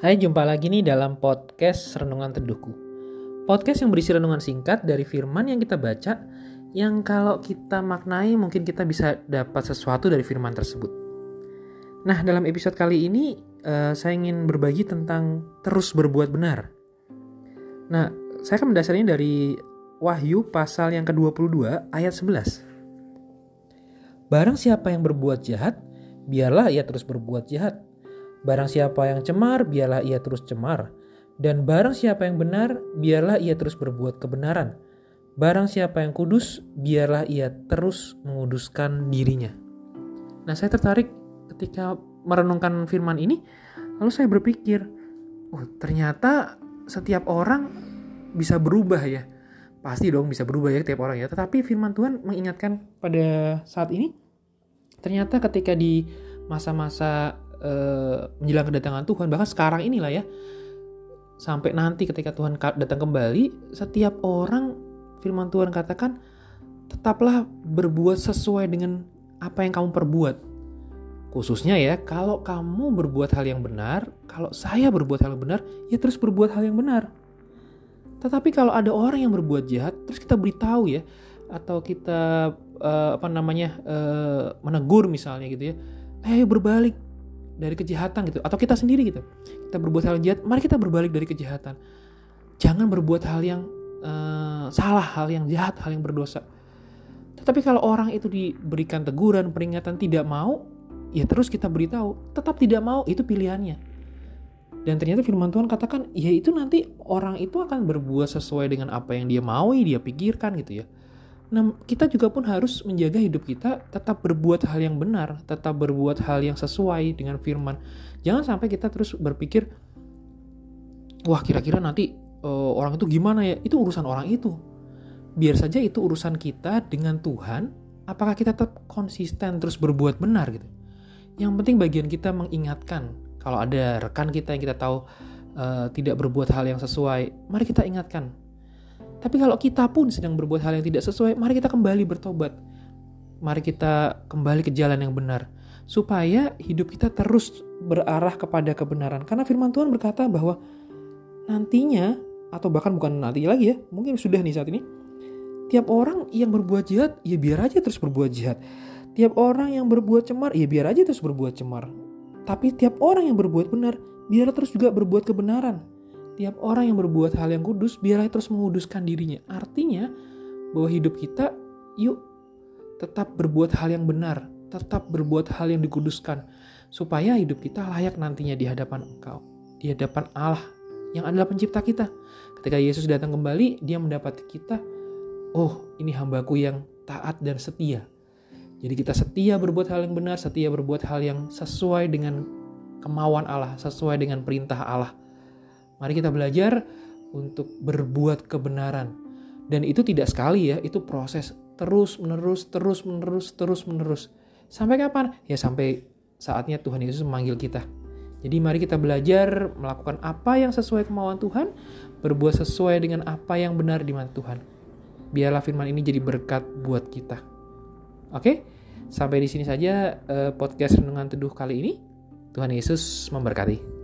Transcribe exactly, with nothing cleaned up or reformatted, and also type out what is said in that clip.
Hai, jumpa lagi nih dalam podcast Renungan Teduhku. Podcast yang berisi renungan singkat dari firman yang kita baca, yang kalau kita maknai mungkin kita bisa dapat sesuatu dari firman tersebut. Nah, dalam episode kali ini uh, saya ingin berbagi tentang terus berbuat benar. Nah, saya akan mendasarinya dari Wahyu pasal yang kedua puluh dua ayat sebelas. Barang siapa yang berbuat jahat, biarlah ia terus berbuat jahat. Barang siapa yang cemar, biarlah ia terus cemar. Dan barang siapa yang benar, biarlah ia terus berbuat kebenaran. Barang siapa yang kudus, biarlah ia terus menguduskan dirinya. Nah, saya tertarik ketika merenungkan firman ini, lalu saya berpikir, oh ternyata setiap orang bisa berubah ya. Pasti dong bisa berubah ya setiap orang ya. Tetapi firman Tuhan mengingatkan pada saat ini, ternyata ketika di masa-masa Uh, menjelang kedatangan Tuhan, bahkan sekarang inilah ya, sampai nanti ketika Tuhan datang kembali, setiap orang, firman Tuhan katakan, tetaplah berbuat sesuai dengan apa yang kamu perbuat. Khususnya ya, kalau kamu berbuat hal yang benar, kalau saya berbuat hal yang benar, ya terus berbuat hal yang benar. Tetapi kalau ada orang yang berbuat jahat, terus kita beritahu ya, atau kita uh, apa namanya uh, menegur misalnya gitu ya, ayo berbalik dari kejahatan gitu, atau kita sendiri gitu, kita berbuat hal jahat, mari kita berbalik dari kejahatan. Jangan berbuat hal yang uh, salah, hal yang jahat, hal yang berdosa. Tetapi kalau orang itu diberikan teguran, peringatan, tidak mau, ya terus kita beritahu, tetap tidak mau, itu pilihannya. Dan ternyata firman Tuhan katakan, ya itu nanti orang itu akan berbuat sesuai dengan apa yang dia maui, dia pikirkan gitu ya. Nah, kita juga pun harus menjaga hidup kita tetap berbuat hal yang benar, tetap berbuat hal yang sesuai dengan firman. Jangan sampai kita terus berpikir, wah kira-kira nanti uh, orang itu gimana ya? Itu urusan orang itu. Biar saja itu urusan kita dengan Tuhan, apakah kita tetap konsisten terus berbuat benar gitu. Yang penting bagian kita mengingatkan, kalau ada rekan kita yang kita tahu uh, tidak berbuat hal yang sesuai, mari kita ingatkan. Tapi kalau kita pun sedang berbuat hal yang tidak sesuai, mari kita kembali bertobat. Mari kita kembali ke jalan yang benar. Supaya hidup kita terus berarah kepada kebenaran. Karena firman Tuhan berkata bahwa nantinya, atau bahkan bukan nanti lagi ya, mungkin sudah nih saat ini, tiap orang yang berbuat jahat, ya biar aja terus berbuat jahat. Tiap orang yang berbuat cemar, ya biar aja terus berbuat cemar. Tapi tiap orang yang berbuat benar, biar terus juga berbuat kebenaran. Tiap orang yang berbuat hal yang kudus, biarlah terus menguduskan dirinya. Artinya bahwa hidup kita, yuk tetap berbuat hal yang benar, tetap berbuat hal yang dikuduskan, supaya hidup kita layak nantinya di hadapan Engkau, di hadapan Allah yang adalah pencipta kita. Ketika Yesus datang kembali, dia mendapati kita, oh ini hambaku yang taat dan setia. Jadi kita setia berbuat hal yang benar, setia berbuat hal yang sesuai dengan kemauan Allah, sesuai dengan perintah Allah. Mari kita belajar untuk berbuat kebenaran. Dan itu tidak sekali ya, itu proses terus menerus, terus menerus, terus menerus. Sampai kapan? Ya sampai saatnya Tuhan Yesus memanggil kita. Jadi mari kita belajar melakukan apa yang sesuai kemauan Tuhan, berbuat sesuai dengan apa yang benar di mata Tuhan. Biarlah firman ini jadi berkat buat kita. Oke? Sampai di sini saja podcast Renungan Teduh kali ini. Tuhan Yesus memberkati.